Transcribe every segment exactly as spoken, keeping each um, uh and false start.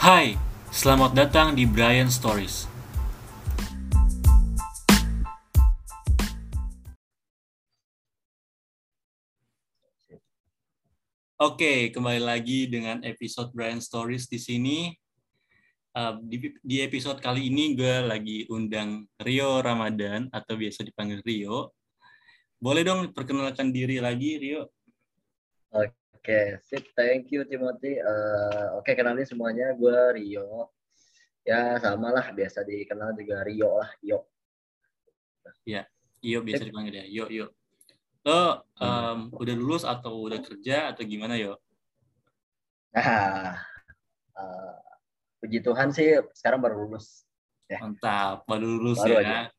Hai, selamat datang di Brian Stories. Oke, kembali lagi dengan episode Brian Stories di sini. Uh, di, di episode kali ini gue lagi undang Rio Ramadan atau biasa dipanggil Rio. Boleh dong perkenalkan diri lagi, Rio? Oke, sip. Thank you, Timothy. Uh, Oke, kenalin semuanya. Gue Rio. Ya, sama lah. Biasa dikenal juga Rio lah. Yo. Ya, Rio biasa Sip. dipanggil ya. Yo, yo. Lo Hmm. um, udah lulus atau udah kerja atau gimana, Yo? Nah, uh, puji Tuhan sih sekarang baru lulus. Ya, Mantap, baru lulus baru aja. ya.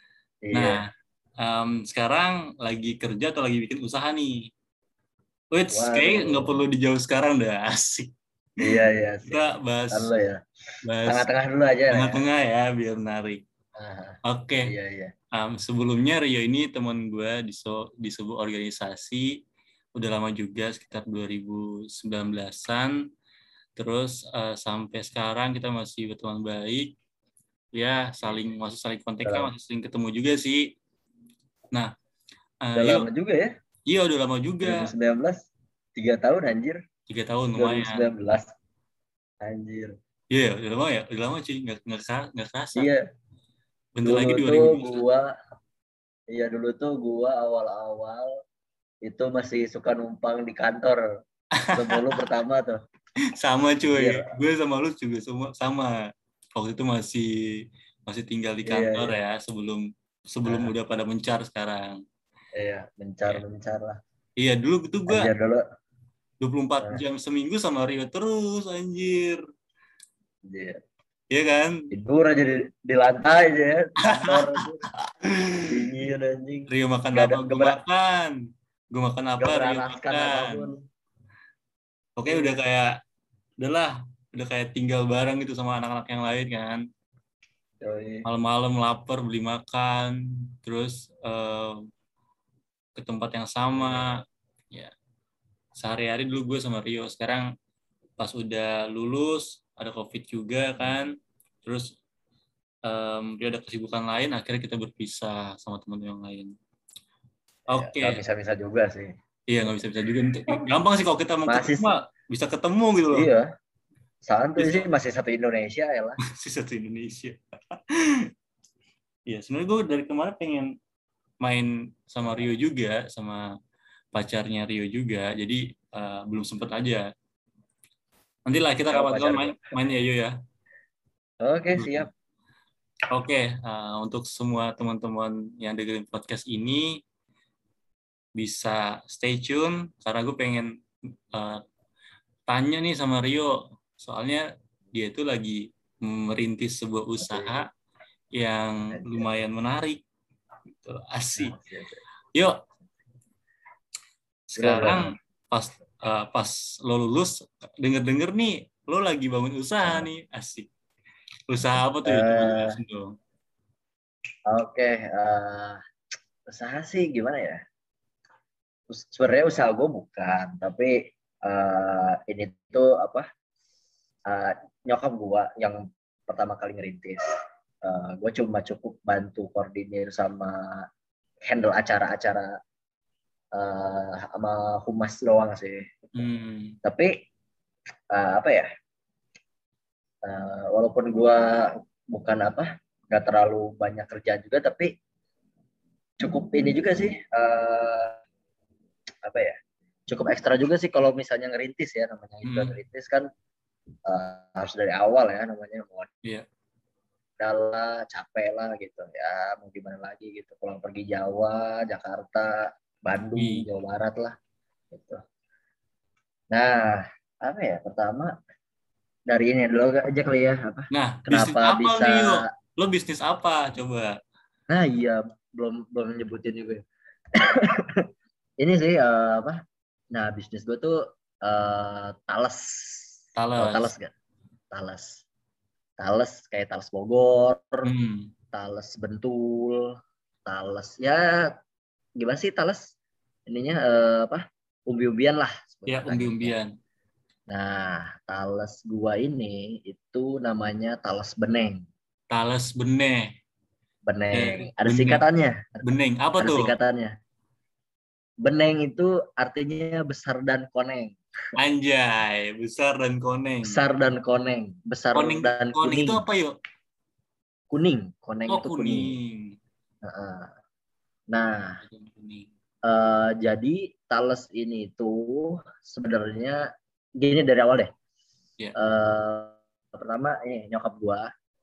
Nah, Iya. um, sekarang lagi kerja atau lagi bikin usaha nih? Wait, kayak nggak perlu Waduh. dijauh sekarang dah, asik. Iya, iya. Sip. Kita Ntar bahas dulu ya. bahas Tengah-tengah dulu aja lah ya. tengah-tengah ya, biar menarik. Ah, Oke, iya, iya. um, sebelumnya Rio ini teman gue di, so, di sebuah organisasi, udah lama juga, sekitar dua ribu sembilan belasan. Terus uh, sampai sekarang kita masih berteman baik. Ya, saling masih saling Udah kontekan, lama, masih sering ketemu juga sih. Nah, uh, udah lama yuk, juga ya. iya udah lama juga, dua ribu sembilan belas. Tiga tahun anjir. tiga tahun lumayan. dua ribu sembilan belas. Anjir. Iya, yeah, udah lama ya, udah lama sih, nggak nggak kerasa, nggak kerasa. Iya. Bentar Dulu lagi tuh dua ribu dua puluh satu. gua Iya dulu tuh gua awal-awal itu masih suka numpang di kantor. Ketemu lu pertama tuh. Sama Anjir. cuy, gue sama lu juga semua sama. Waktu itu masih masih tinggal di Iya, kantor iya. ya, sebelum sebelum Nah, udah pada mencar sekarang. iya, Ya. mencar-mencar lah. Iya, dulu gitu gue Anjir dulu. dua puluh empat Nah, jam seminggu sama Rio terus, anjir. anjir. Iya kan? Tidur aja di, di lantai aja ya, kantor aja. Dingin anjing. Rio makan Gak apa, ada, gue gak, ber, makan. Gue makan apa, gak Rio beralaskan makan. apapun. Oke, udah Iya. kayak, udahlah, udah kayak tinggal bareng gitu sama anak-anak yang lain kan. Yoi. Malam-malam lapar beli makan, terus eh, ke tempat yang Iya. sama. Ya, sehari-hari dulu gue sama Rio. Sekarang pas udah lulus, ada COVID juga Hmm. kan. Terus um, dia ada kesibukan lain, akhirnya kita berpisah sama teman yang lain. Iya. Gak Oke, bisa-bisa juga sih. iya nggak bisa-bisa juga. Gampang sih kalau kita mau Masih, ketemu, bisa ketemu gitu loh. iya. Santuy Bisa sih, masih satu Indonesia ya lah. sih satu Indonesia. Iya, sebenarnya gue dari kemarin pengen main sama Rio juga, sama pacarnya Rio juga. Jadi uh, belum sempet aja. Nanti lah kita Sama kapan-kapan pacar main, gue. main ya, Yo ya. Oke, siap. Oke, uh, untuk semua teman-teman yang dengerin podcast ini bisa stay tune karena gue pengen uh, tanya nih sama Rio. Soalnya dia itu lagi merintis sebuah usaha yang Anjir. lumayan menarik. Gitu. Nah, Asik. siap, siap. Yuk, Gimana, sekarang gimana? pas uh, pas lo lulus, denger-denger nih, lo lagi bangun usaha Nah, nih. Asik. Usaha apa tuh? Ya? Coba eh, jelasin dong. oke. eh, usaha sih gimana ya? Us- Sebenarnya usaha gue bukan, tapi eh, ini tuh apa? eh, Nyokap gue yang pertama kali ngerintis. Eh, gue cuma cukup bantu koordinir sama handle acara-acara eh, sama humas doang sih. Hmm. Tapi eh, apa ya? Eh, walaupun gue bukan apa, nggak terlalu banyak kerjaan juga, tapi cukup ini juga sih. eh, Apa ya? Cukup ekstra juga sih kalau misalnya ngerintis ya, namanya juga Hmm. ngerintis kan eh, harus dari awal ya, namanya mau Iya. adalah capek lah gitu ya, mau gimana lagi gitu, pulang pergi Jawa, Jakarta, Bandung, Wih. Jawa Barat lah gitu. Nah, apa ya, pertama dari ini dulu aja kali ya, apa Nah, bisnis kenapa apa bisa. nih, yuk? Lo bisnis apa? Coba. Nah iya, belum belum nyebutin juga ya. Ini sih eh, apa, nah bisnis gue tuh eh, Tales. Tahu Tales Talas. gak? Tales. Tales kayak Tales Bogor, Hmm. Tales Bentul, Tales ya gimana sih Tales ininya eh, apa, umbi-umbian lah Ya, sebutannya ya. umbi-umbian. Nah, Thales gua ini itu namanya Thales Beneng. Thales Beneng. Beneng. Eh, Ada Beneng. singkatannya. Beneng. Apa Ada tuh? singkatannya. Beneng itu artinya besar dan koneng. Anjay, besar dan koneng. Besar dan koneng. Besar Koning, dan koning itu kuning. apa yuk? Kuning. Koneng Oh, itu kuning. kuning. Nah, Kuning. uh, jadi Thales ini tuh sebenarnya gini dari awal deh. Ya. Uh, pertama ini nyokap gua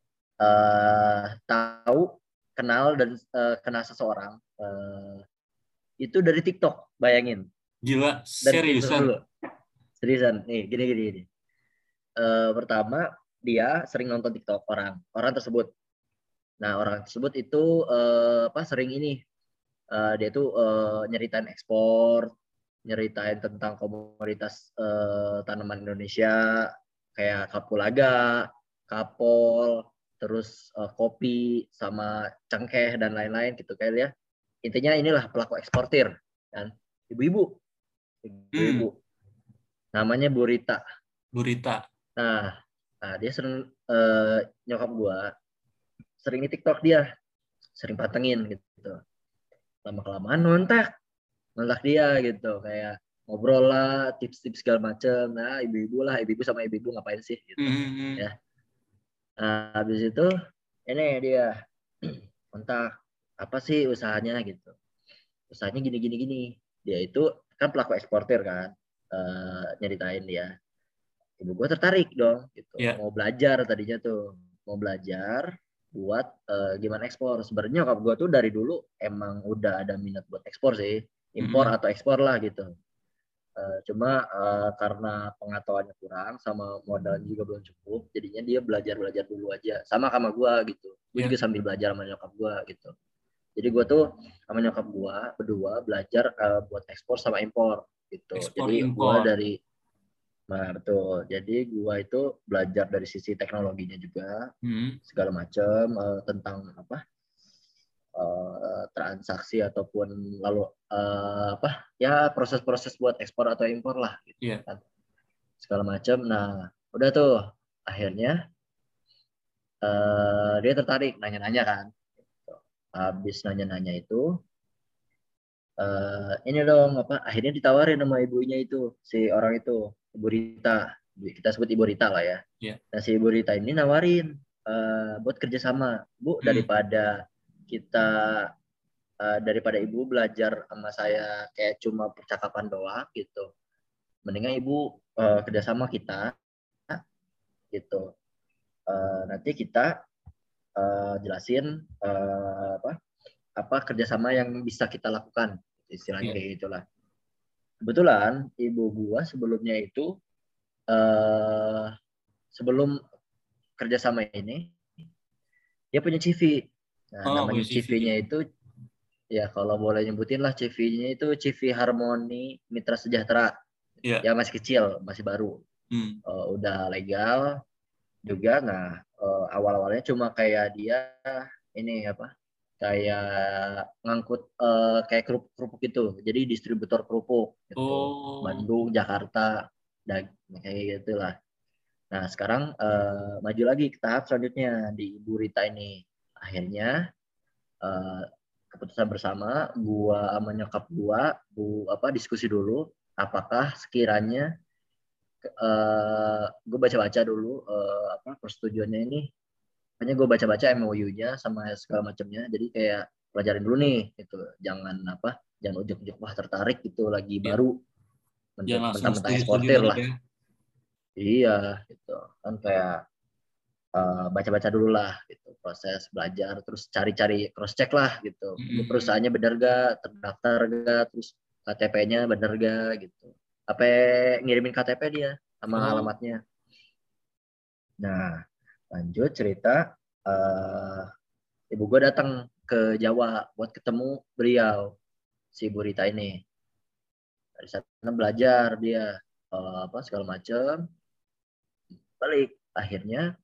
uh, tahu kenal dan uh, kenal seseorang uh, itu dari TikTok, bayangin. Gila, Dari TikTok seriusan. dulu. Seriusan. Nih, gini gini gini. Uh, pertama dia sering nonton TikTok orang, orang tersebut. Nah, orang tersebut itu uh, apa sering ini uh, dia tuh uh, nyeritain ekspor, nyeritain tentang komoditas uh, tanaman Indonesia kayak kapulaga, kapol, terus uh, kopi sama cengkeh dan lain-lain gitu kayak ya. Intinya inilah pelaku eksportir kan. Ibu-ibu, Hmm, ibu-ibu. Namanya Bu Rita. Burita. Nah, nah dia sering uh, nyokap gua sering di TikTok dia, sering patengin gitu. Lama-kelamaan nontak, nontak dia gitu kayak ngobrol lah, tips-tips segala macem. Nah, ibu-ibu lah, ibu-ibu sama ibu-ibu ngapain sih gitu. Hmm, Ya. Nah, habis itu ini dia kontak apa sih usahanya gitu. Usahanya gini gini gini. Dia itu kan pelaku eksportir kan. Uh, nyeritain dia. Ibu gue tertarik dong gitu. ya. Mau belajar tadinya tuh. Mau belajar buat uh, gimana ekspor. Sebenarnya nyokap gue tuh dari dulu emang udah ada minat buat ekspor sih. Impor Hmm, atau ekspor lah gitu. Uh, cuma uh, karena pengetahuannya kurang sama modalnya juga belum cukup, jadinya dia belajar belajar dulu aja sama sama gue gitu. Gue ya. juga sambil belajar sama nyokap gue gitu. Jadi gue tuh sama nyokap gue berdua belajar uh, buat ekspor sama impor gitu. Ekspor Jadi gue impor. dari nah betul. Jadi gue itu belajar dari sisi teknologinya juga Hmm, segala macam uh, tentang apa uh, transaksi ataupun lalu uh, apa ya proses-proses buat ekspor atau impor lah gitu ya. kan segala macam. Nah udah tuh akhirnya uh, dia tertarik nanya-nanya kan. Habis nanya-nanya itu uh, ini dong apa akhirnya ditawarin sama ibunya itu si orang itu Ibu Rita, kita sebut Ibu Rita lah ya. Ya. Nah si Ibu Rita ini nawarin uh, buat kerjasama Bu Hmm. daripada kita uh, daripada ibu belajar sama saya kayak cuma percakapan doang gitu mendingan ibu uh, kerjasama kita gitu. Uh, nanti kita uh, jelasin uh, apa apa kerjasama yang bisa kita lakukan istilahnya Ya. kayak gitulah. Kebetulan ibu gua sebelumnya itu uh, sebelum kerjasama ini dia punya C V. Nah Oh, namanya punya C V. C V-nya itu ya kalau boleh nyebutin lah C V-nya itu C V Harmoni Mitra Sejahtera. Ya. Ya masih kecil, masih baru. Hmm. Uh, udah legal juga. Nah, uh, awal-awalnya cuma kayak dia ini apa? Kayak ngangkut uh, kayak kerupuk kerupuk gitu. Jadi distributor kerupuk gitu. Oh, Bandung, Jakarta, dan kayak gitulah. Nah, sekarang uh, maju lagi ke tahap selanjutnya di Ibu Rita ini. Akhirnya uh, keputusan bersama gua sama nyokap gua bu apa diskusi dulu apakah sekiranya uh, gue baca-baca dulu uh, apa persetujuannya ini. Hanya gue baca-baca M O U-nya sama segala macamnya. Jadi kayak pelajarin dulu nih gitu. Jangan apa jangan ujuk-ujuk wah tertarik gitu lagi ya. baru Jangan langsung mentang-mentang setuju-setuju eksportir banget lah. ya. Iya gitu. Kan kayak uh, baca-baca dulu lah gitu proses belajar terus cari-cari cross check lah gitu. Ini Hmm. perusahaannya benar gak, terdaftar gak, terus K T P-nya benar gak gitu. Apa ngirimin K T P dia sama Oh, alamatnya. Nah, lanjut cerita. Uh, ibu gue datang ke Jawa buat ketemu beliau, si Bu Rita ini. Dari sana belajar dia uh, apa segala macam. Balik, akhirnya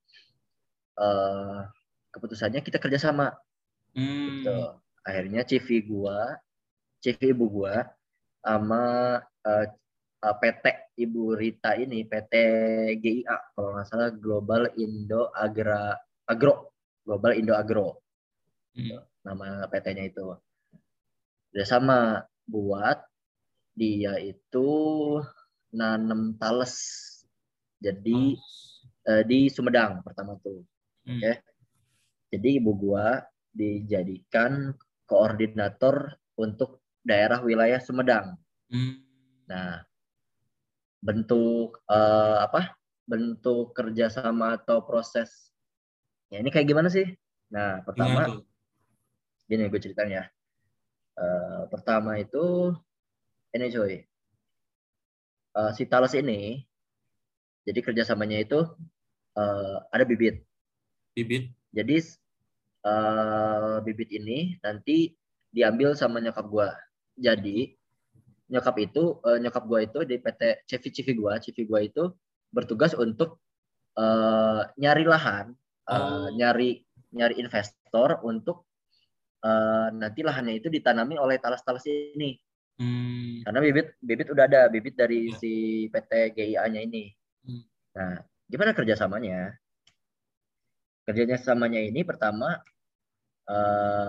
uh, keputusannya kita kerjasama. Gitu. hmm. Akhirnya C V gua, C V ibu gua, sama uh, uh, P T Ibu Rita ini P T G I A kalau nggak salah, Global Indo Agra Agro, Global Indo Agro, Hmm. nama P T-nya itu. Udah sama buat dia itu nanam tales. Jadi Oh. eh, di Sumedang pertama tuh. Hmm. Oke. Jadi ibu gua dijadikan koordinator untuk daerah wilayah Sumedang. Hmm. Nah, bentuk eh, apa? Bentuk kerjasama atau proses ya ini kayak gimana sih? Nah, Gimana pertama tuh? gini gue ceritain ya. Eh, pertama itu ini cuy. Eh, si Thales ini jadi kerjasamanya itu eh, ada bibit. Bibit? Jadi eh, bibit ini nanti diambil sama nyokap gua. Jadi nyokap itu eh, nyokap gua itu di P T C V C V gua, C V gua itu bertugas untuk eh, nyari lahan, eh, Oh. nyari nyari investor untuk eh, nanti lahannya itu ditanami oleh talas-talas ini. Hmm. Karena bibit bibit udah ada bibit dari Ya. si P T G I A-nya ini. Hmm. Nah, gimana kerjasamanya? Kerjanya samanya ini pertama eh,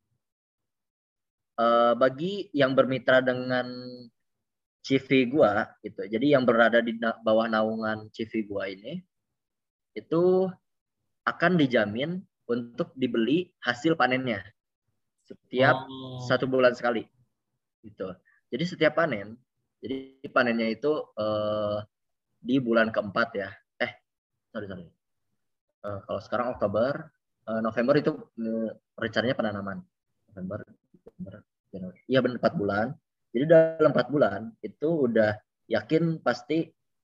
eh, bagi yang bermitra dengan C V gua gitu. Jadi yang berada di na- bawah naungan C V gua ini itu akan dijamin untuk dibeli hasil panennya setiap Oh. satu bulan sekali gitu. Jadi setiap panen, jadi panennya itu eh, di bulan keempat ya. Eh, sorry sorry. Eh, kalau sekarang Oktober, eh, November itu eh, rencananya penanaman. November, Desember, Januari. Iya benar empat bulan. Jadi dalam empat bulan itu udah yakin pasti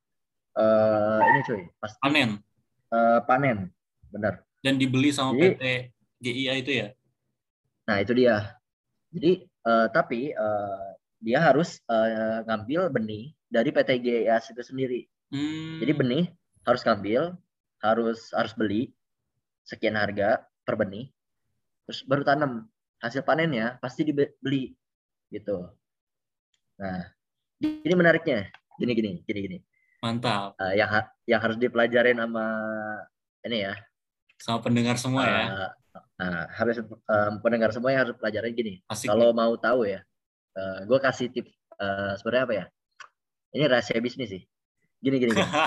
eh, ini cuy, pasti Panen. eh, panen, benar. Dan dibeli sama Jadi, P T G I A itu ya? nah itu dia. Jadi, eh, tapi eh, dia harus eh, ngambil benih dari P T G I A itu sendiri. Jadi Hmm. benih harus ngambil, harus harus beli sekian harga per benih, terus baru tanam. Hasil panennya pasti dibeli gitu. Nah, ini menariknya. Gini gini, gini gini. Mantap. Eh, yang ha- yang harus dipelajarin sama ini ya. Sama pendengar semua ya. eh, nah, harus eh, pendengar semua yang harus pelajarin gini. Asik nih. Kalau mau tahu ya, uh, gue kasih tips uh, sebenarnya apa ya? Ini rahasia bisnis sih. Gini gini gini.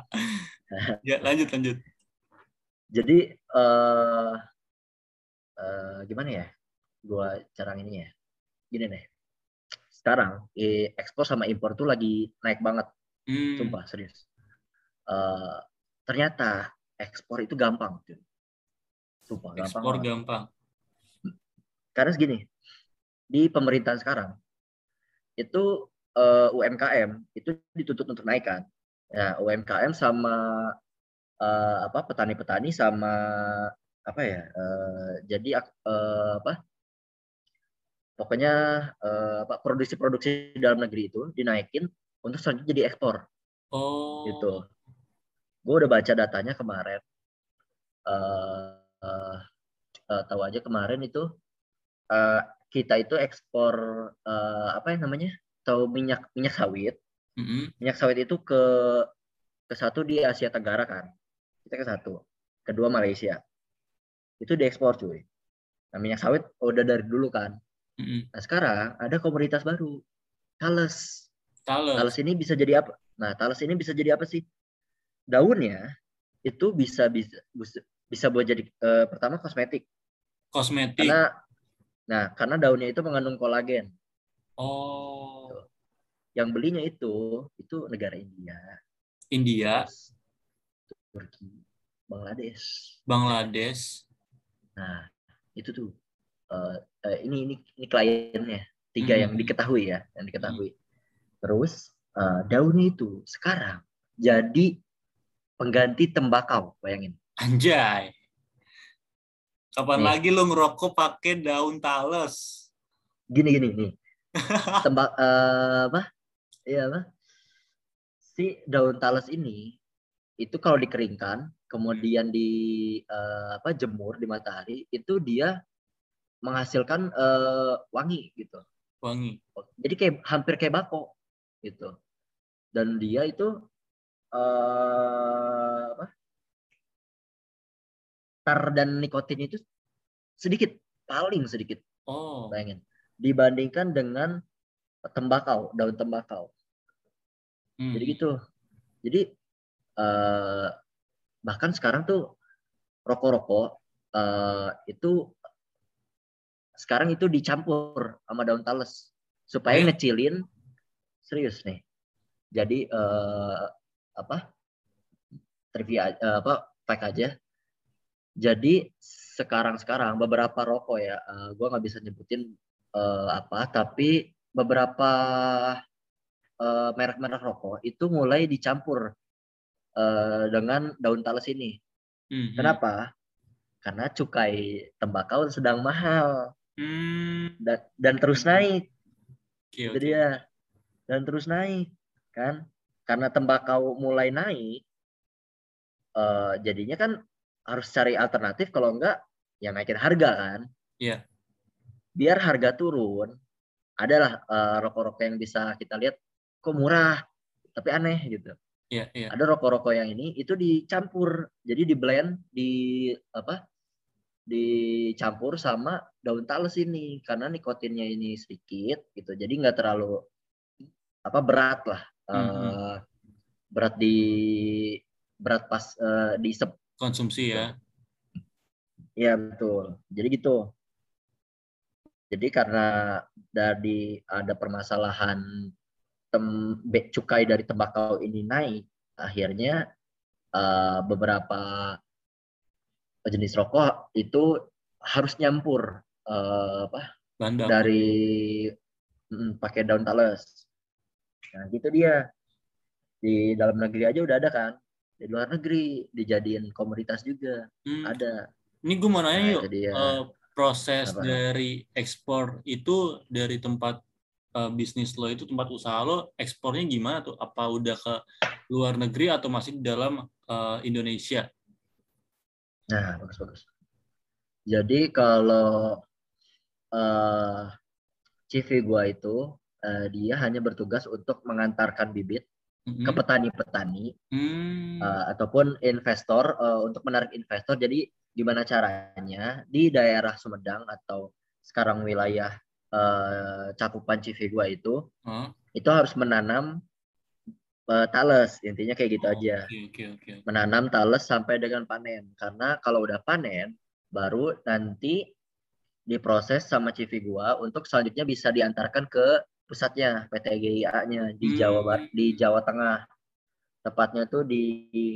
Ya, lanjut lanjut. Jadi uh, uh, gimana ya? Gue cara ini ya. Gini deh. Sekarang eh, ekspor sama impor tuh lagi naik banget. Hmm. Sumpah serius. Uh, Ternyata ekspor itu gampang, tuh. Sumpah gampang Ekspor banget. gampang. Karena segini, di pemerintahan sekarang itu uh, U M K M itu dituntut untuk naik kan. Ya, U M K M sama uh, apa petani-petani sama apa ya? Uh, jadi uh, apa? Pokoknya uh, apa produksi-produksi dalam negeri itu dinaikin untuk selanjutnya jadi ekspor Oh. gitu. Gue udah baca datanya kemarin. Uh, uh, uh, tahu aja kemarin itu uh, kita itu ekspor uh, apa yang namanya? Tahu minyak minyak sawit. Mm-mm. Minyak sawit itu ke ke satu di Asia Tenggara kan. Kita ke satu. Kedua Malaysia. Itu diekspor cuy. Nah, minyak sawit udah dari dulu kan. Mm-mm. Nah, sekarang ada komoditas baru. Thales. Thales Tales. ini bisa jadi apa? Nah, Thales ini bisa jadi apa sih? Daunnya itu bisa bisa bisa buat jadi eh, pertama kosmetik. Kosmetik. Karena nah, karena daunnya itu mengandung kolagen. Oh. Tuh. Yang belinya itu itu negara India, India. terus Turki, Bangladesh. Bangladesh. Nah, itu tuh uh, uh, ini ini ini kliennya tiga yang Mm-mm. diketahui ya, yang Mm-mm. diketahui. Terus uh, daunnya itu sekarang jadi pengganti tembakau, bayangin. Anjay. Kapan Nih, lagi lu ngerokok pakai daun tales? gini gini nih. Tembak uh, apa? Iya apa? Si daun talas ini itu kalau dikeringkan, kemudian di uh, apa jemur di matahari, itu dia menghasilkan uh, wangi gitu. Wangi. Jadi kayak hampir kayak bako gitu. dan dia itu uh, apa? Tar dan nikotin itu sedikit, paling sedikit. Oh. Bayangin. Dibandingkan dengan tembakau, daun tembakau. Hmm. Jadi gitu. Jadi uh, bahkan sekarang tuh rokok-rokok uh, itu sekarang itu dicampur sama daun tales supaya oh, ya? Ngecilin. Serius nih. Jadi uh, apa? Trivia uh, apa? Fact aja. Jadi sekarang-sekarang beberapa rokok ya, uh, gue nggak bisa nyebutin uh, apa, tapi beberapa uh, merek-merek rokok itu mulai dicampur uh, dengan daun tales ini. Mm-hmm. Kenapa? Karena cukai tembakau sedang mahal mm. dan, dan terus naik. Okay, itu okay. dia, dan terus naik kan? Karena tembakau mulai naik, uh, jadinya kan harus cari alternatif, kalau enggak ya naikin harga kan. Iya. Yeah. Biar harga turun, adalah uh, rokok-rokok yang bisa kita lihat kok murah, tapi aneh gitu. Iya, yeah, yeah. Ada rokok-rokok yang ini itu dicampur, jadi di blend, di apa? Dicampur sama daun tales ini karena nikotinnya ini sedikit gitu. Jadi nggak terlalu apa berat lah. Mm-hmm. Uh, berat di berat pas uh, diisep konsumsi ya. Iya betul. Jadi gitu. Jadi karena dari ada permasalahan tem, cukai dari tembakau ini naik, akhirnya uh, beberapa jenis rokok itu harus nyampur uh, apa? Bandang. Dari mm, pakai daun tales. Nah gitu dia. Di dalam negeri aja udah ada kan. Di luar negeri dijadiin komoditas juga hmm. ada. Ini gue mau nanya nah, yuk, uh, proses apa? Dari ekspor itu dari tempat uh, bisnis lo itu, tempat usaha lo, ekspornya gimana tuh? Apa udah ke luar negeri atau masih di dalam uh, Indonesia? Nah, bagus-bagus. Jadi kalau uh, C V gue itu, uh, dia hanya bertugas untuk mengantarkan bibit mm-hmm. ke petani-petani mm. uh, ataupun investor uh, untuk menarik investor. Jadi gimana caranya di daerah Sumedang atau sekarang wilayah uh, cakupan C V gue itu, huh? Itu harus menanam uh, tales, intinya kayak gitu oh, aja. Okay, okay, okay. Menanam tales sampai dengan panen. Karena kalau udah panen, baru nanti diproses sama C V gua untuk selanjutnya bisa diantarkan ke pusatnya P T G I A-nya di hmm. Jawa Barat, di Jawa Tengah. Tepatnya tuh di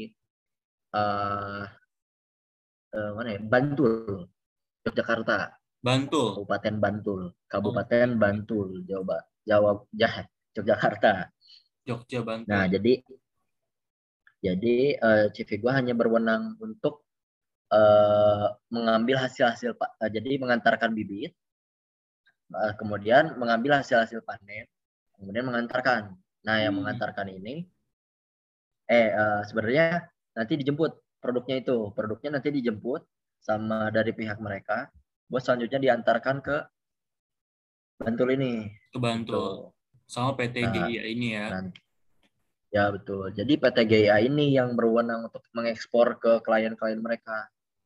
uh, uh, mana ya? Bantul, Yogyakarta. Bantul. Kabupaten Bantul, Kabupaten oh. Bantul, Jawa Jawa Jahat, Yogyakarta. Jogja Bantul. Nah, jadi jadi uh, C V gua hanya berwenang untuk uh, mengambil hasil-hasil uh, jadi mengantarkan bibit, uh, kemudian mengambil hasil-hasil panen, kemudian mengantarkan. Nah, yang hmm. mengantarkan ini eh uh, sebenarnya nanti dijemput produknya itu. Produknya nanti dijemput sama dari pihak mereka, buat selanjutnya diantarkan ke Bantul ini. Ke Bantul. Gitu. Sama P T G I A nah, ini ya. Nah, ya betul. Jadi P T G I A ini yang berwenang untuk mengekspor ke klien-klien mereka.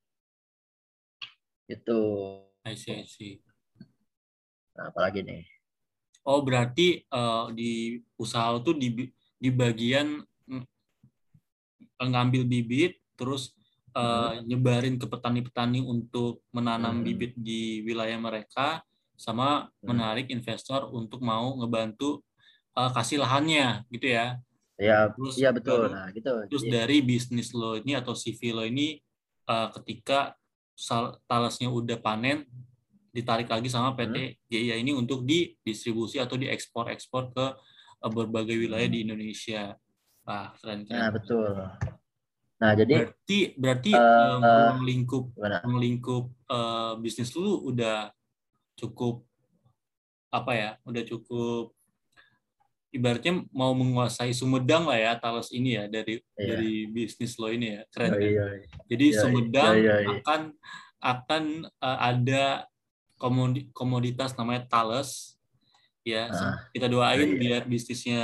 Itu. I see, I see. Nah, apalagi nih? Oh, berarti uh, di usaha itu di di bagian ngambil bibit, terus uh, hmm. nyebarin ke petani-petani untuk menanam hmm. bibit di wilayah mereka, sama hmm. menarik investor untuk mau ngebantu uh, kasih lahannya, gitu ya? Iya, terus iya betul. Baru, nah, gitu. Terus Jadi, dari bisnis lo ini atau C V lo ini, uh, ketika talasnya udah panen, ditarik lagi sama P T G I A hmm. ini untuk didistribusi atau diekspor-ekspor ke uh, berbagai wilayah hmm. di Indonesia. Wah, keren-keren. Nah, betul. Nah, jadi berarti berarti uh, um, ruang lingkup gimana? ruang lingkup uh, bisnis lu udah cukup apa ya? Udah cukup ibaratnya mau menguasai Sumedang lah ya, Tales ini ya, dari iya. dari bisnis lo ini ya. Keren kan? Iya, iya. Jadi iya, Sumedang iya, iya. akan akan uh, ada komoditas namanya Tales ya. Ah, kita doain iya. biar bisnisnya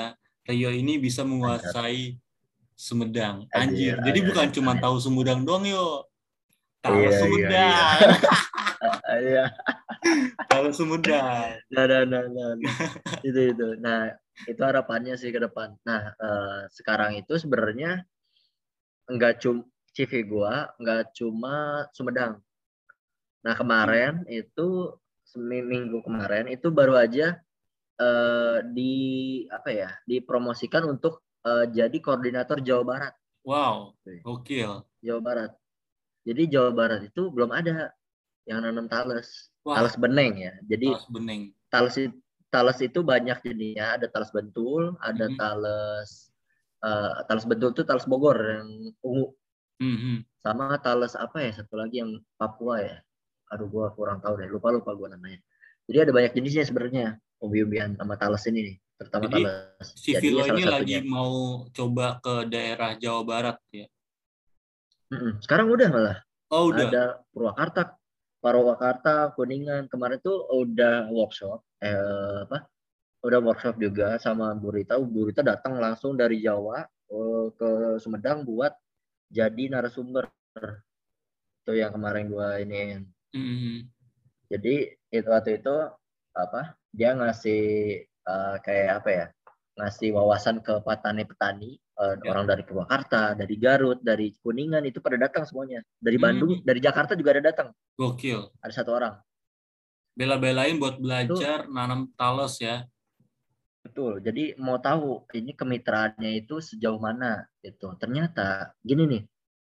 Rio ini bisa Anjir. menguasai Sumedang. Anjir, Anjir. Jadi anjir, bukan cuma anjir. tahu Sumedang doang yo. Tahu Iya, iya, iya. Sumedang. Iya. Tahu Sumedang. Nah, nah, nah, nah, nah. Itu, itu. Nah, itu harapannya sih ke depan. Nah, eh, sekarang itu sebenarnya nggak cuma C V gua nggak cuma Sumedang. Nah, kemarin itu seminggu kemarin itu baru aja eh, di apa ya dipromosikan untuk eh, jadi koordinator Jawa Barat. Wow, gokil. Jawa Barat. Jadi Jawa Barat itu belum ada yang nanam tales, Wah, tales beneng ya. Jadi Talas Bening. tales tales itu banyak jenisnya. Ada tales bentul, ada Mhm. tales uh, tales bentul itu tales Bogor yang ungu, Mhm. sama tales apa ya satu lagi yang Papua ya. Aduh gua kurang tahu deh, lupa lupa gua namanya. Jadi ada banyak jenisnya sebenarnya umbi-umbian sama tales ini nih, terutama Jadi tales. si Vilo Jadinya ini salah lagi satunya. mau coba ke daerah Jawa Barat ya. Mm-mm. Sekarang udah malah Oh udah. ada Purwakarta, Purwakarta, Kuningan. Kemarin tuh udah workshop, eh, apa? Udah workshop juga sama Bu Rita. Bu Rita datang langsung dari Jawa eh, ke Sumedang buat jadi narasumber. Itu yang kemarin gua ini. Mhm. Jadi itu waktu itu apa? Dia ngasih eh, kayak apa ya? Ngasih wawasan ke petani-petani eh, Ya. orang dari Purwakarta, dari Garut, dari Kuningan itu pada datang semuanya. Dari Bandung, Hmm, dari Jakarta juga ada datang. gokil. Ada satu orang. Bela-belain buat Itu belajar nanam talas ya. betul. Jadi mau tahu ini kemitraannya itu sejauh mana gitu. Ternyata gini nih.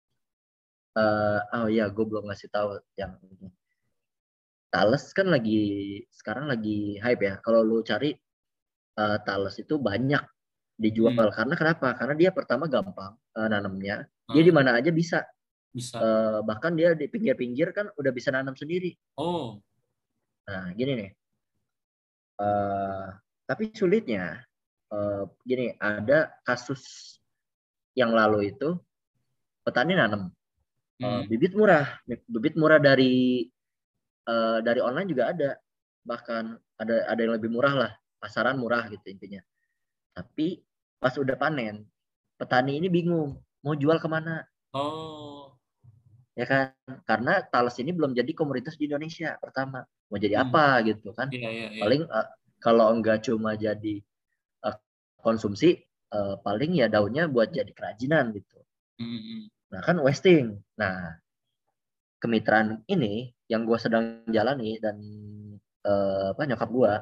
Uh, oh iya, gue belum ngasih tahu yang ini. Thales kan lagi sekarang lagi hype ya. Kalau lu cari uh, Thales itu banyak Hmm. dijual karena kenapa? Karena dia pertama gampang uh, nanamnya. Dia di Hah? mana aja bisa. Bisa. Uh, bahkan dia di pinggir-pinggir kan udah bisa nanam sendiri. Oh. Nah, gini nih. Uh, tapi sulitnya uh, gini, ada kasus yang lalu itu petani nanam uh, Hmm. bibit murah, bibit murah dari uh, dari online juga ada, bahkan ada ada yang lebih murah lah, pasaran murah gitu intinya. Tapi pas udah panen, petani ini bingung mau jual kemana, Oh. ya kan? Karena talas ini belum jadi komoditas di Indonesia pertama, mau jadi Hmm. apa gitu kan? Iya, iya, iya. Paling uh, kalau enggak cuma jadi uh, konsumsi, uh, paling ya daunnya buat jadi kerajinan gitu. Hmm. Nah kan wasting. Nah kemitraan ini yang gue sedang jalani dan eh, apa nyokap gue,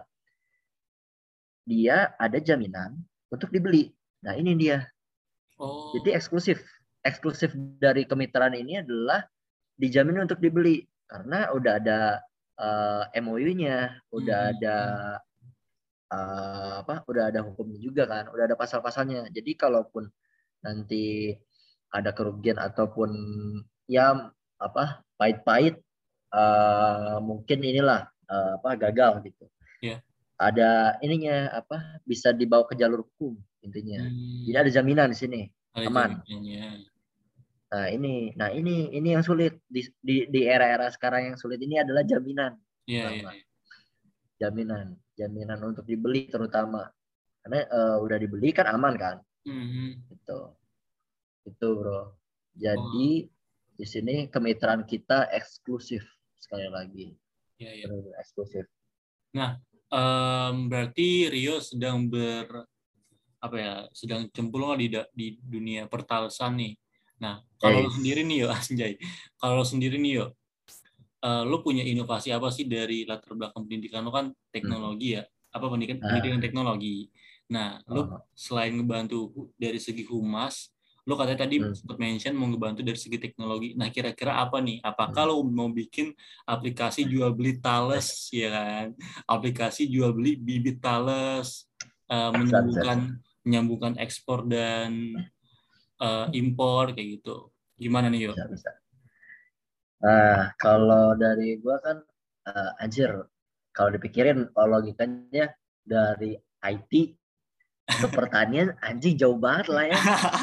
dia ada jaminan untuk dibeli. Nah ini dia. Jadi Oh. eksklusif. Eksklusif dari kemitraan ini adalah dijamin untuk dibeli karena udah ada uh, M O U-nya, udah ada Hmm. uh, apa? Udah ada hukumnya juga kan, udah ada pasal-pasalnya. Jadi kalaupun nanti ada kerugian ataupun ya apa pahit-pahit uh, mungkin inilah uh, apa gagal gitu. Ya. Ada ininya apa bisa dibawa ke jalur hukum intinya. Jadi Hmm. ada jaminan di sini Ada aman. jaminannya. Nah ini, nah ini ini yang sulit di di, di era-era sekarang yang sulit ini adalah jaminan Iya, iya, pertama, iya. jaminan, jaminan untuk dibeli terutama karena uh, udah dibeli kan aman kan, Hmm. gitu, itu bro. Jadi Oh. di sini kemitraan kita eksklusif sekali lagi, Iya, iya. benar eksklusif. Nah, em, berarti Rio sedang ber apa ya sedang cemplung di da- di dunia pertalesan nih. Nah, kalau lo Eh, sendiri nih yo Anjay, kalau lo sendiri nih yo, eh, lo punya inovasi apa sih dari latar belakang pendidikan lo kan hmm. teknologi ya, apa pendidikan pendidikan Nah, teknologi. Nah, lo oh, selain ngebantu hu- dari segi humas, lo katanya tadi hmm, sempat mention mau ngebantu dari segi teknologi. Nah, kira-kira apa nih? Apakah hmm. lo mau bikin aplikasi jual beli tales ya kan? Aplikasi jual beli bibit tales, eh, Bisa, bisa, bisa. menyambungkan menyambungkan ekspor dan eh, impor kayak gitu. Gimana nih, yo? Bisa, bisa. Nah, kalau dari gua kan uh, anjir, kalau dipikirin kalau logikanya dari I T ke pertanian anjing jauh banget lah ya.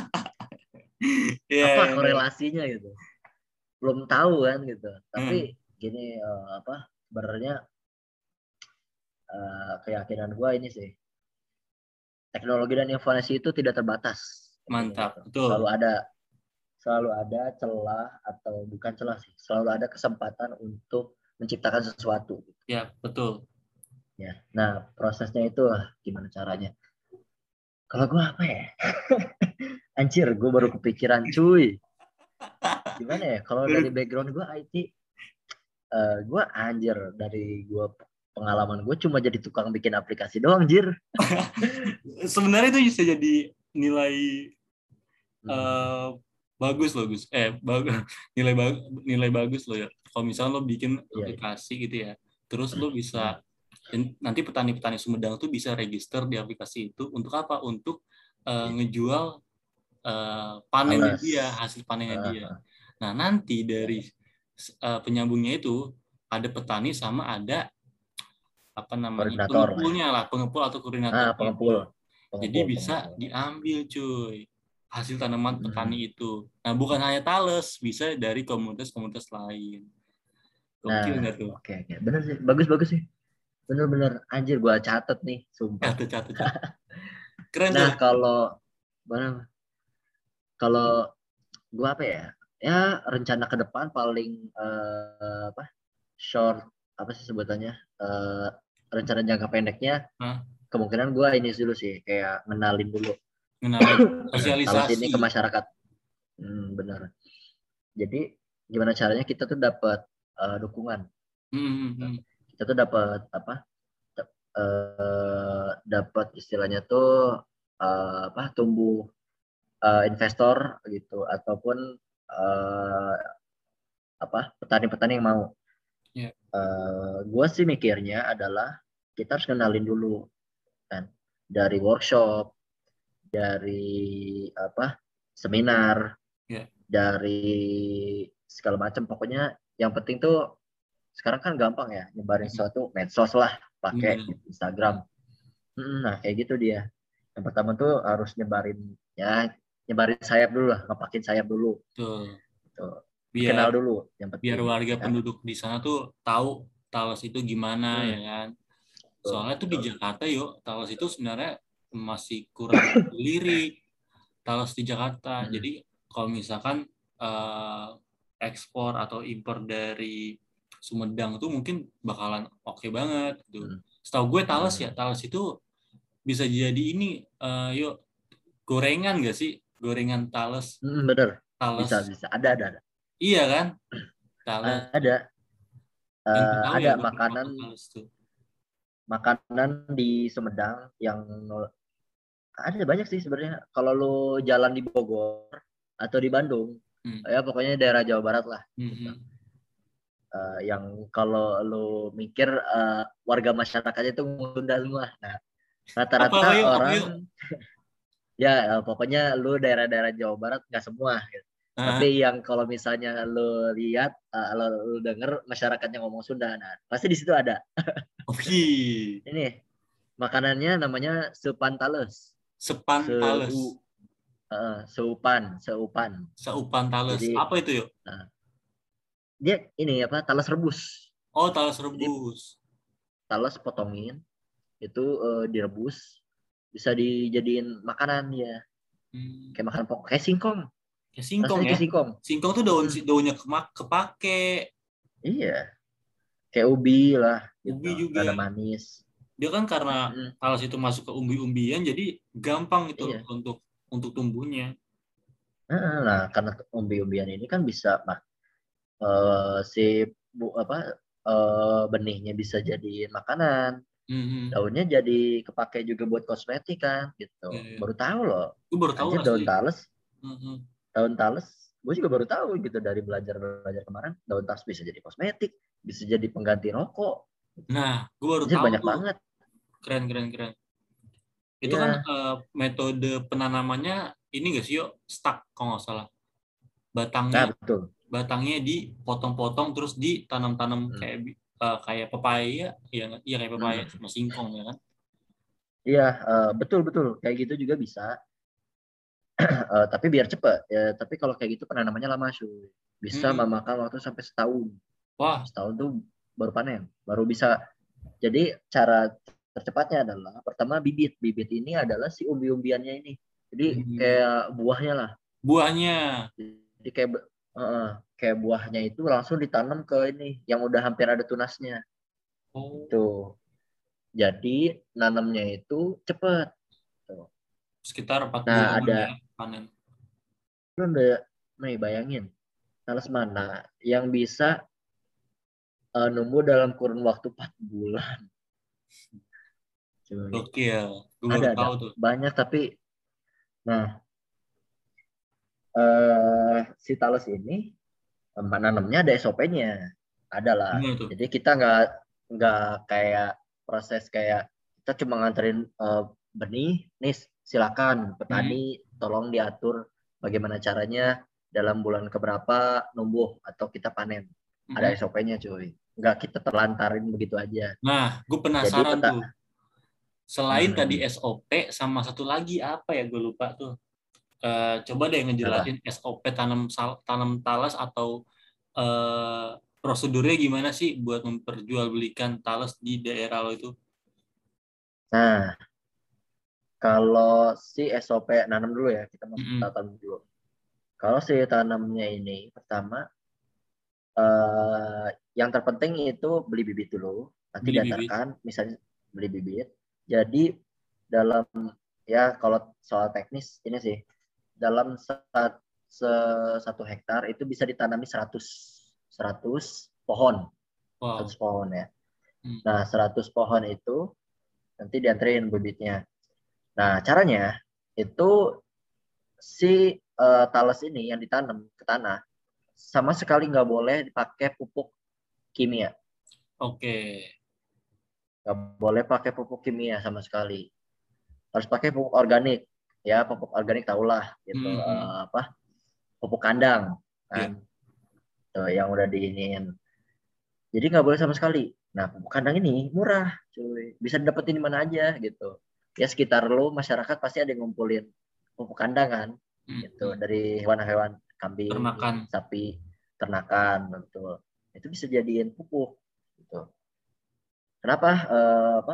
Iya, Apa iya, iya. korelasinya gitu? Belum tahu kan gitu. Tapi Hmm. gini uh, apa sebenarnya uh, keyakinan gua ini sih. teknologi dan informasi itu tidak terbatas. Mantap, Gitu. betul. Selalu ada selalu ada celah atau bukan celah sih, selalu ada kesempatan untuk menciptakan sesuatu. Ya, betul. Ya, nah prosesnya itu gimana caranya? Kalau gue apa ya? Anjir, gue baru kepikiran cuy. Gimana ya? Kalau dari background gue I T, uh, gue anjir dari gue pengalaman gue cuma jadi tukang bikin aplikasi doang, anjir. Sebenarnya itu bisa jadi nilai Hmm. uh, bagus loh Gus. Eh, bagus nilai bagus nilai bagus loh ya. Kalau misalnya lo bikin Iya, aplikasi gitu ya, terus lo bisa hmm. nanti petani-petani Sumedang tuh bisa register di aplikasi itu untuk apa? Untuk uh, ngejual uh, panennya Males. dia, hasil panennya Uh, dia. uh. Nah, nanti dari uh, penyambungnya itu ada petani sama ada apa namanya Koordinator lah ya. pengepulnya lah, pengepul atau Ah, koordinatornya pengepul. itu. Jadi Pengepul, bisa pengepul. diambil cuy hasil tanaman Hmm. petani itu. Nah, bukan hanya Thales, bisa dari komunitas-komunitas lain. Gokil Nah, nggak tuh? oke, okay, oke. Okay. Bener sih. Bagus-bagus sih. Bener-bener. Anjir, gue catet nih. Sumpah. Catat, catat, catat. Keren tuh. Nah, kalau mana? Kalau gue apa ya? Ya, rencana ke depan paling uh, apa? Short, apa sih sebutannya? Uh, rencana jangka pendeknya, Hah? kemungkinan gue ini dulu sih. Kayak ngenalin dulu. Ngenalin Talas ini ke sosialisasi. masyarakat. Hmm, bener. Jadi, gimana caranya kita tuh dapat uh, dukungan. Hmm, hmm, hmm. Kita tuh dapat apa? Uh, dapat istilahnya tuh uh, apa? Tumbuh uh, investor gitu ataupun uh, apa petani-petani yang mau. Yeah. Uh, gue sih mikirnya adalah kita harus kenalin dulu kan dari workshop, dari apa seminar, Yeah. dari segala macam. Pokoknya yang penting tuh sekarang kan gampang ya nyebarin sesuatu medsos lah pakai Hmm. Instagram. Nah kayak gitu dia. Yang pertama tuh harus nyebarin ya nyebarin sayap dulu lah, ngepakin sayap dulu. Tuh. Tuh. Biar Dikenal dulu yang biar penting. warga Ya. penduduk di sana tuh tahu Thales itu gimana ya Hmm. kan. Betul, Soalnya tuh di betul. Jakarta yuk, Thales itu sebenarnya masih kurang lirik Thales di Jakarta. Hmm. Jadi kalau misalkan uh, ekspor atau impor dari Sumedang tuh mungkin bakalan oke okay banget gitu. Hmm. Setahu gue Thales ya, Hmm. Thales itu bisa jadi ini uh, yuk gorengan gak sih? Gorengan Thales. Hmm, bener. Bisa, Thales. bisa. Ada, ada, ada. Iya kan? Thales. Ada. Yang Uh, tahu ya ada gorengan makanan Thales tuh. makanan di Sumedang yang ada banyak sih sebenarnya. Kalau lu jalan di Bogor atau di Bandung, Hmm. ya pokoknya daerah Jawa Barat lah. Hmm. Gitu. Uh, yang kalau lu mikir uh, warga masyarakatnya itu Sunda semua. Nah, Apa apa rata-rata yuk? Apa orang yuk? ya uh, pokoknya lu daerah-daerah Jawa Barat nggak semua. Gitu. Nah, Tapi yang kalau misalnya lu lihat, uh, lu, lu denger masyarakatnya ngomong Sunda, nah pasti di situ ada. oke. Ini makanannya namanya Sepan Tales. Sepan Thales. Seu uh, seupan, seupan. Seupan Thales. Jadi Apa itu yuk? uh, dia ini apa? Talas rebus. Oh, Thales Jadi rebus. talas potongin, itu uh, direbus, bisa dijadiin makanan ya. Hmm. Kayak makan pokok, kayak singkong. Ya singkong Rasanya ya. kayak singkong. Singkong tuh daun Hmm. daunnya kemak kepake. Iya. Kayak ubi lah gitu. Ubi juga. Rada manis. Dia kan karena Hmm. Thales itu masuk ke umbi-umbian jadi gampang itu Iya. untuk untuk tumbuhnya. Nah, karena umbi-umbian ini kan bisa nah, uh, si bu apa uh, benihnya bisa jadi makanan. Hmm. Daunnya jadi kepake juga buat kosmetik kan gitu. Ya, ya. Baru tahu loh. Gue baru tahu Anjir daun asli. tales. Hmm. Daun tales gue juga baru tahu gitu dari belajar-belajar kemarin. Daun tales bisa jadi kosmetik, bisa jadi pengganti rokok. Nah, gue baru Anjir tahu banyak tuh. banget. Keren, keren, keren. Itu Ya. kan uh, metode penanamannya ini nggak sih yuk? Stuck kalau nggak salah. Batangnya Nah, betul. batangnya dipotong-potong terus ditanam-tanam Hmm. kayak uh, kayak pepaya, ya iya kayak pepaya Hmm. sama singkong ya kan? Iya, uh, betul betul. Kayak gitu juga bisa. uh, tapi biar cepet. Ya, tapi kalau kayak gitu penanamannya lama cuy. Bisa Hmm. memakan waktu sampai setahun. Wah. Setahun tuh baru panen, baru bisa. Jadi cara tercepatnya adalah pertama bibit. Bibit ini adalah si umbi-umbiannya ini. Jadi Hmm. kayak buahnya lah. Buahnya. Jadi kayak uh, kayak buahnya itu langsung ditanam ke ini yang udah hampir ada tunasnya. Oh, Itu. Jadi nanamnya itu cepet. Tuh. sekitar empat Nah bulanan ya ada, panen. lu udah, nih bayangin, talas mana yang bisa uh, numbuh dalam kurun waktu empat bulan. Cuy. Gokil. Gue baru Ada ada tahu tuh. banyak tapi, nah eh, si talas ini tempat nanamnya ada S O P-nya, ada lah. Gimana tuh? Jadi kita nggak nggak kayak proses kayak kita cuma nganterin eh, benih, nih silakan Hmm. petani tolong diatur bagaimana caranya dalam bulan keberapa numbuh atau kita panen. Ada Mm-mm. S O P-nya cuy. Nggak kita terlantarin begitu aja. Nah, gue Jadi penasaran peta, tuh. Selain tadi hmm, S O P sama satu lagi apa ya gue lupa tuh. Eh, coba deh ngejelasin apa? S O P tanam sal- tanam talas atau eh, prosedurnya gimana sih buat memperjualbelikan talas di daerah lo itu? Nah, kalau si S O P nanam dulu ya, kita masuk ke Mm-mm. tanam dulu. Kalau si tanamnya ini pertama eh, yang terpenting itu beli bibit dulu, nanti Beli bibit. diantarkan, misalnya beli bibit. Jadi dalam, ya kalau soal teknis ini sih, dalam sat- se- satu hektar itu bisa ditanami seratus seratus pohon, seratus Wow. pohon ya. Hmm. Nah, seratus pohon itu nanti dianterin bibitnya. Nah, caranya itu si eh, talas ini yang ditanam ke tanah sama sekali nggak boleh dipakai pupuk kimia. Oke. Nggak boleh pakai pupuk kimia sama sekali. Harus pakai pupuk organik. Ya, pupuk organik tahulah gitu. Hmm. Eh, apa? Pupuk kandang Ya. kan. Tuh, yang udah diinin. Jadi nggak boleh sama sekali. Nah, pupuk kandang ini murah, cuy. Bisa dapetin di mana aja gitu. Ya sekitar lu masyarakat pasti ada yang ngumpulin pupuk kandang kan. Gitu Hmm. dari hewan-hewan kambing, Ternakan. sapi, ternakan, betul. Itu bisa jadiin pupuk gitu. Kenapa eh, apa?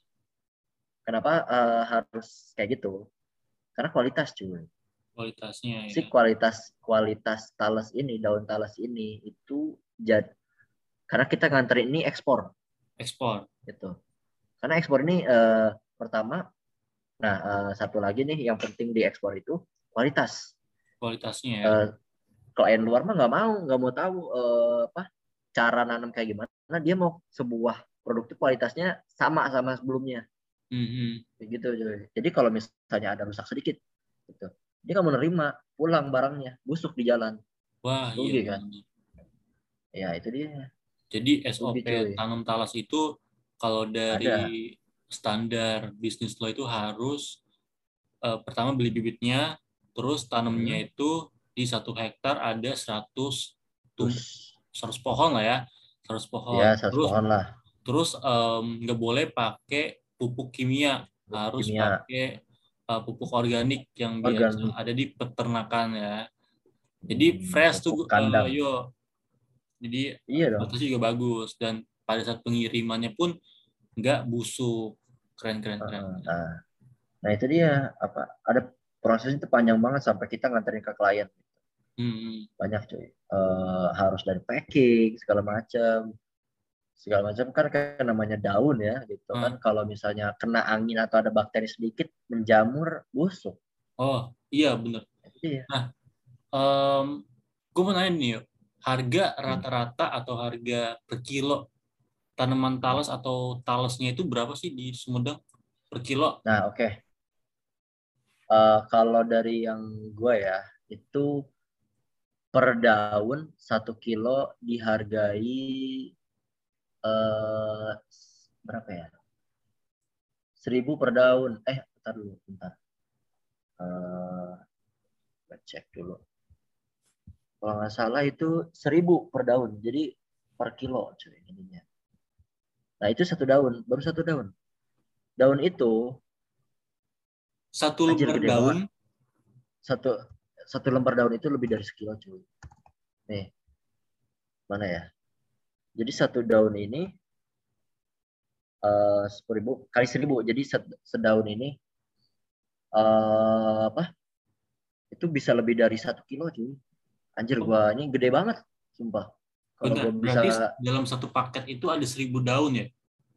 Kenapa eh, harus kayak gitu? Karena kualitas cuy. Kualitasnya Si ya. kualitas kualitas talas ini, daun talas ini itu jad karena kita nganterin ini ekspor Ekspor. gitu. Karena ekspor ini eh, pertama, nah eh, satu lagi nih yang penting di ekspor itu kualitas. Kualitasnya ya. Eh, Klien luar mah nggak mau, nggak mau tahu eh, apa cara nanam kayak gimana. Karena dia mau sebuah produk itu kualitasnya sama sama sebelumnya. Hmm. Kayak gitu. Jadi kalau misalnya ada rusak sedikit, gitu, dia nggak mau nerima, pulang barangnya, busuk di jalan, Wah, iya rugi kan? benar. Ya itu dia, Jadi rugi S O P cuy. tanam talas itu kalau dari Ada. standar bisnis lo itu harus eh, pertama beli bibitnya, terus tanamnya Hmm. itu di satu hektar ada seratus tum Terus seratus pohon lah ya, seratus pohon. ya seratus Terus pohon lah, terus em, nggak boleh pakai pupuk kimia, pupuk harus kimia, pakai eh, pupuk organik yang biasa organik, ada di peternakan ya. Jadi hmm, fresh tuh pupuk eh, kandang. yo. Jadi Iya dong. kualitasnya juga bagus dan pada saat pengirimannya pun nggak busuk. Keren keren keren. Heeh. Nah, nah itu dia apa? Ada proses itu panjang banget sampai kita nganterin ke klien. Hmm. Banyak cuy. Eh, harus dari packing segala macam, segala macam kan kayak namanya daun ya gitu kan. Ah. Kalau misalnya kena angin atau ada bakteri sedikit menjamur busuk. Oh iya bener. Itu dia. Nah, em, gue mau nanya nih, yuk. Harga Hmm. rata-rata atau harga per kilo tanaman Hmm. talas atau talasnya itu berapa sih di Sumedang per kilo? Nah oke. Okay. Eh, kalau dari yang gue ya itu per daun satu kilo dihargai eh berapa ya? Seribu per daun. Eh, bentar dulu, bentar. Eh, cek dulu. Kalau nggak salah itu seribu per daun. Jadi per kilo, cuy, ininya. Nah itu satu daun, baru satu daun. Daun itu Satu anjir lembar gede daun, banget. Satu satu lembar daun itu lebih dari sekilo, cuy. Nih, mana ya? Jadi satu daun ini sepuluh ribu kali seribu. Jadi sedaun ini uh, apa? Itu bisa lebih dari satu kilo cuy. Anjir Oh, gua ini gede banget, sumpah. Kalau bentar, gua bisa berarti dalam satu paket itu ada seribu daun ya?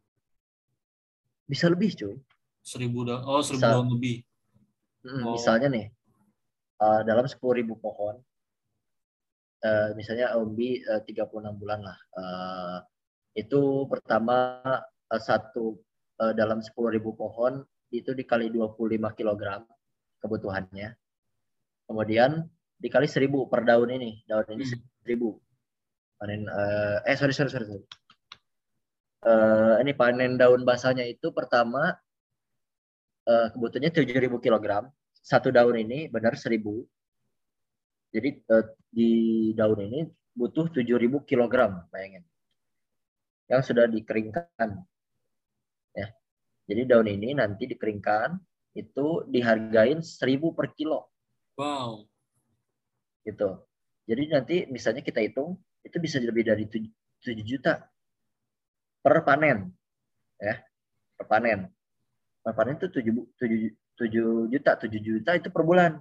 bisa lebih cuy. Seribu daun, oh seribu daun Bisa lebih. mm, Oh, misalnya nih uh, dalam sepuluh ribu pohon, uh, misalnya umbi uh, tiga puluh enam bulan lah. Uh, itu pertama uh, satu uh, dalam sepuluh ribu pohon itu dikali dua puluh lima kilogram kebutuhannya. Kemudian dikali seribu per daun ini. Daun ini hmm. seribu. Panen uh, eh sorry sorry sorry. sorry. Uh, ini panen daun basahnya itu pertama uh, kebutuhannya tujuh ribu kilogram. Satu daun ini benar seribu. Jadi uh, di daun ini butuh tujuh ribu kilogram, bayangin. Yang sudah dikeringkan ya. Jadi daun ini nanti dikeringkan itu dihargain seribu per kilo Wow. gitu. Jadi nanti misalnya kita hitung itu bisa lebih dari tujuh juta per panen ya, per panen. Per panen itu tujuh, tujuh, tujuh juta, tujuh juta itu per bulan.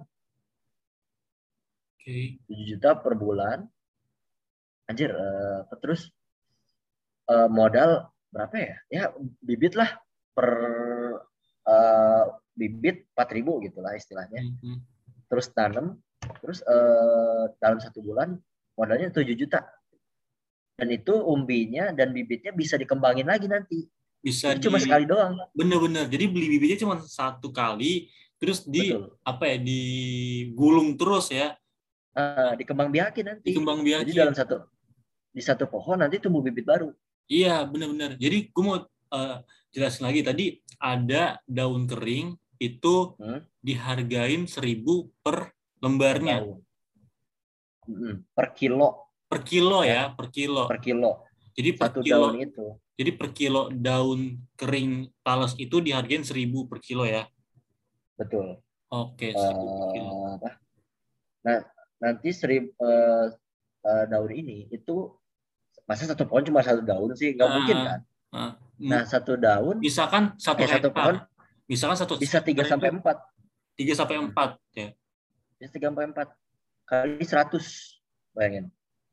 Oke. Okay. tujuh juta per bulan. Anjir, uh, terus uh, modal berapa ya? Ya bibit lah per uh, bibit empat ribu gitulah istilahnya. Mm-hmm. Terus tanam, terus uh, dalam satu bulan modalnya tujuh juta. Dan itu umbinya dan bibitnya bisa dikembangin lagi nanti. Bisa Jadi cuma di sekali doang. bener-bener. Jadi beli bibitnya cuma satu kali, terus di Betul. apa ya digulung terus ya, Uh, dikembang biakin nanti. dikembang Jadi biakin. dalam satu di satu pohon nanti tumbuh bibit baru. Iya bener-bener. Jadi gue mau uh, jelasin lagi tadi ada daun kering itu Hmm? dihargain seribu per Per lembarnya, daun. Hmm. Per kilo per kilo ya, ya, per kilo. per kilo. Jadi per Satu kilo, daun itu. jadi per kilo daun kering talas itu dihargain seribu per kilo ya. Betul. Oke, seribu per kilo. Uh, nah, nanti seribu uh, uh, daun ini itu masa satu pohon cuma satu daun sih nggak mungkin Uh, kan? uh, Nah satu daun misalkan satu eh satu pohon hektar, misalkan satu bisa tiga hektar itu sampai empat, tiga sampai empat ya. bisa tiga sampai empat kali seratus, bayangin.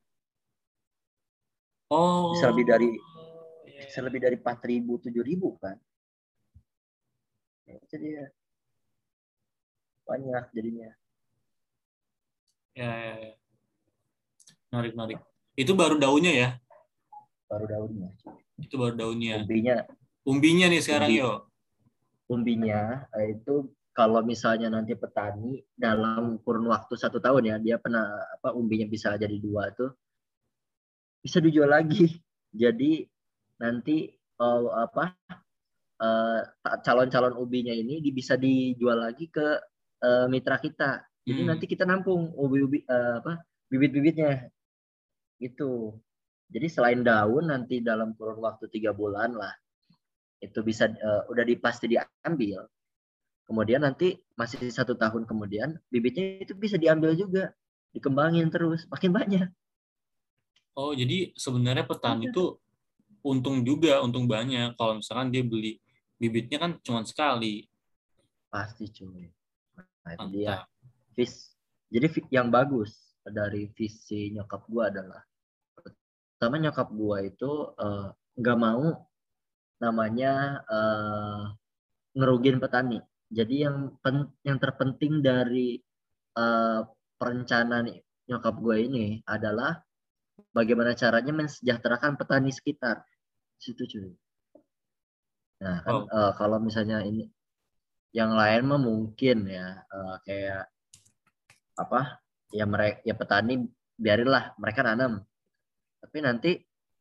Bisa lebih dari Oh, ya, bisa lebih dari empat ribu tujuh ribu kan? Ya, jadi ya, banyak jadinya. ya, ya, ya. Menarik, menarik. Itu baru daunnya ya? Baru daunnya. Itu baru daunnya. Umbinya, Umbinya nih sekarang umbi yo. umbinya eh, itu kalau misalnya nanti petani dalam kurun waktu satu tahun ya dia pernah apa umbinya bisa jadi dua tuh bisa dijual lagi. Jadi nanti uh, apa uh, calon-calon ubinya ini bisa dijual lagi ke uh, mitra kita. Jadi Hmm. nanti kita nampung ubi-ubi uh, apa bibit-bibitnya gitu. Jadi selain daun nanti dalam kurun waktu tiga bulan lah itu bisa uh, udah dipasti diambil. Kemudian nanti masih satu tahun kemudian bibitnya itu bisa diambil juga, dikembangin terus makin banyak. Oh, jadi sebenarnya petani Iya. itu untung juga, untung banyak. Kalau misalkan dia beli bibitnya kan cuma sekali. Pasti cuy. Nah itu dia. Mantap. Vis. Jadi yang bagus dari visi nyokap gue adalah pertama nyokap gue itu nggak uh, mau namanya uh, ngerugin petani. Jadi yang pen, yang terpenting dari uh, perencanaan nyokap gue ini adalah bagaimana caranya mensejahterakan petani sekitar. Situ cuy. Nah kan Oh, uh, kalau misalnya ini yang lain mah mungkin ya uh, kayak apa ya mereka ya petani biarinlah mereka nanam tapi nanti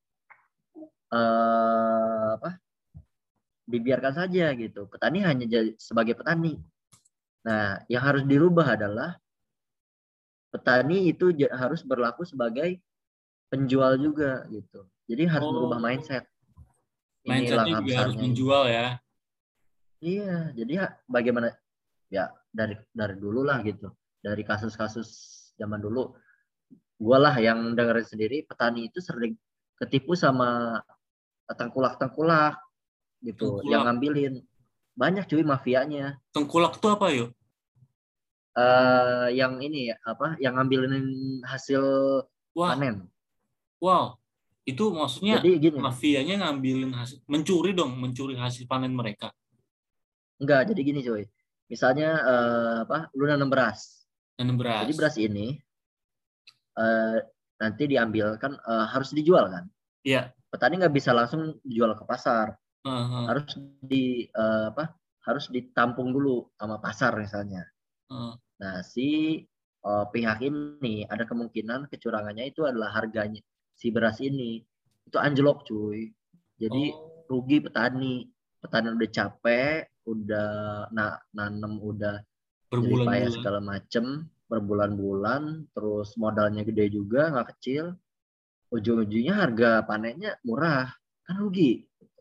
uh, apa dibiarkan saja gitu petani hanya jadi sebagai petani. Nah yang harus dirubah adalah petani itu harus berlaku sebagai penjual juga gitu jadi harus merubah oh, mindset. Ini mindsetnya langkah juga harus besarnya ini. menjual ya. Iya jadi bagaimana ya dari dari dulu lah gitu dari kasus-kasus zaman dulu gue lah yang dengerin sendiri petani itu sering ketipu sama tengkulak-tengkulak gitu, Tengkulak. yang ngambilin. Banyak cuy mafianya. Tengkulak tuh apa yuk? Uh, yang ini ya apa? Yang ngambilin hasil Wah, panen. wow. Itu maksudnya Jadi gini, mafianya ngambilin hasil, mencuri dong, mencuri hasil panen mereka. enggak. Jadi gini cuy. Misalnya uh, apa? Lu nanam beras. Nanam Jadi beras. beras ini uh, nanti diambil kan uh, harus dijual kan. Iya. Petani nggak bisa langsung dijual ke pasar. Uh, Harus di uh, apa? Harus ditampung dulu sama pasar misalnya. uh, uh. Nah, si uh, pihak ini ada kemungkinan kecurangannya itu adalah harganya si beras ini itu anjlok cuy. Jadi Oh, rugi petani. Petani udah capek, udah na nanam, udah jerih payah berbulan-bulan. segala macem berbulan-bulan, terus modalnya gede juga nggak kecil. Ujung-ujungnya harga panennya murah, kan rugi.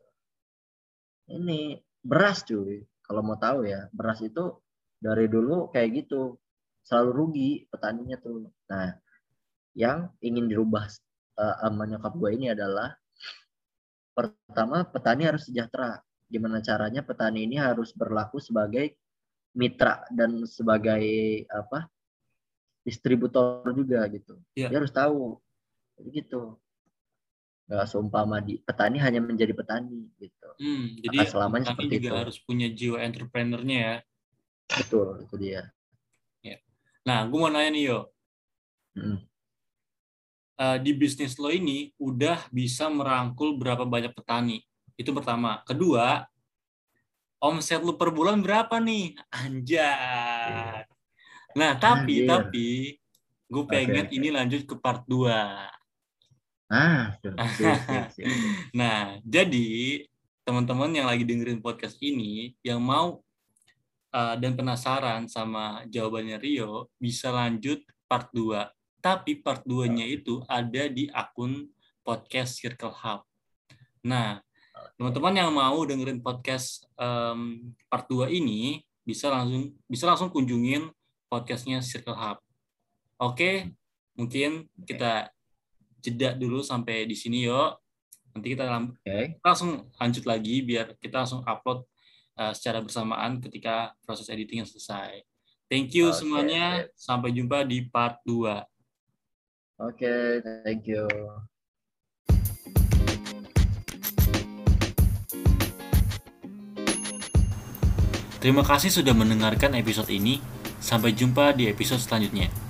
Ini beras cuy. Kalau mau tahu ya, beras itu dari dulu kayak gitu. Selalu rugi petaninya tuh. Nah, yang ingin dirubah uh, sama nyokap gue ini adalah pertama petani harus sejahtera. Gimana caranya petani ini harus berlaku sebagai mitra dan sebagai apa distributor juga gitu. Ya. Dia harus tahu gitu. Nggak seumpama di petani hanya menjadi petani gitu. Hmm, jadi Akan selamanya petani seperti juga itu. harus punya jiwa entrepreneurnya ya. Betul, itu dia. Ya. Nah, gue mau nanya nih yo, Hmm. uh, di bisnis lo ini udah bisa merangkul berapa banyak petani? Itu pertama. Kedua, omset lo per bulan berapa nih? Anjay. Nah, tapi Anjir. tapi gue Oke, pengen oke. ini lanjut ke part dua. Ah, tuh. Sip, sip, sip, sip. Nah, jadi teman-teman yang lagi dengerin podcast ini yang mau uh, dan penasaran sama jawabannya Rio bisa lanjut part dua. Tapi part dua-nya itu ada di akun podcast Circle Hub. Nah, Oke. teman-teman yang mau dengerin podcast um, part dua ini bisa langsung bisa langsung kunjungin podcastnya Circle Hub. Oke, mungkin Oke. kita jeda dulu sampai di sini yuk. Nanti kita Oke. langsung lanjut lagi biar kita langsung upload uh, secara bersamaan ketika proses editingnya selesai. Thank you Oke, semuanya. sip. Sampai jumpa di part dua. Oke, thank you. Terima kasih sudah mendengarkan episode ini. Sampai jumpa di episode selanjutnya.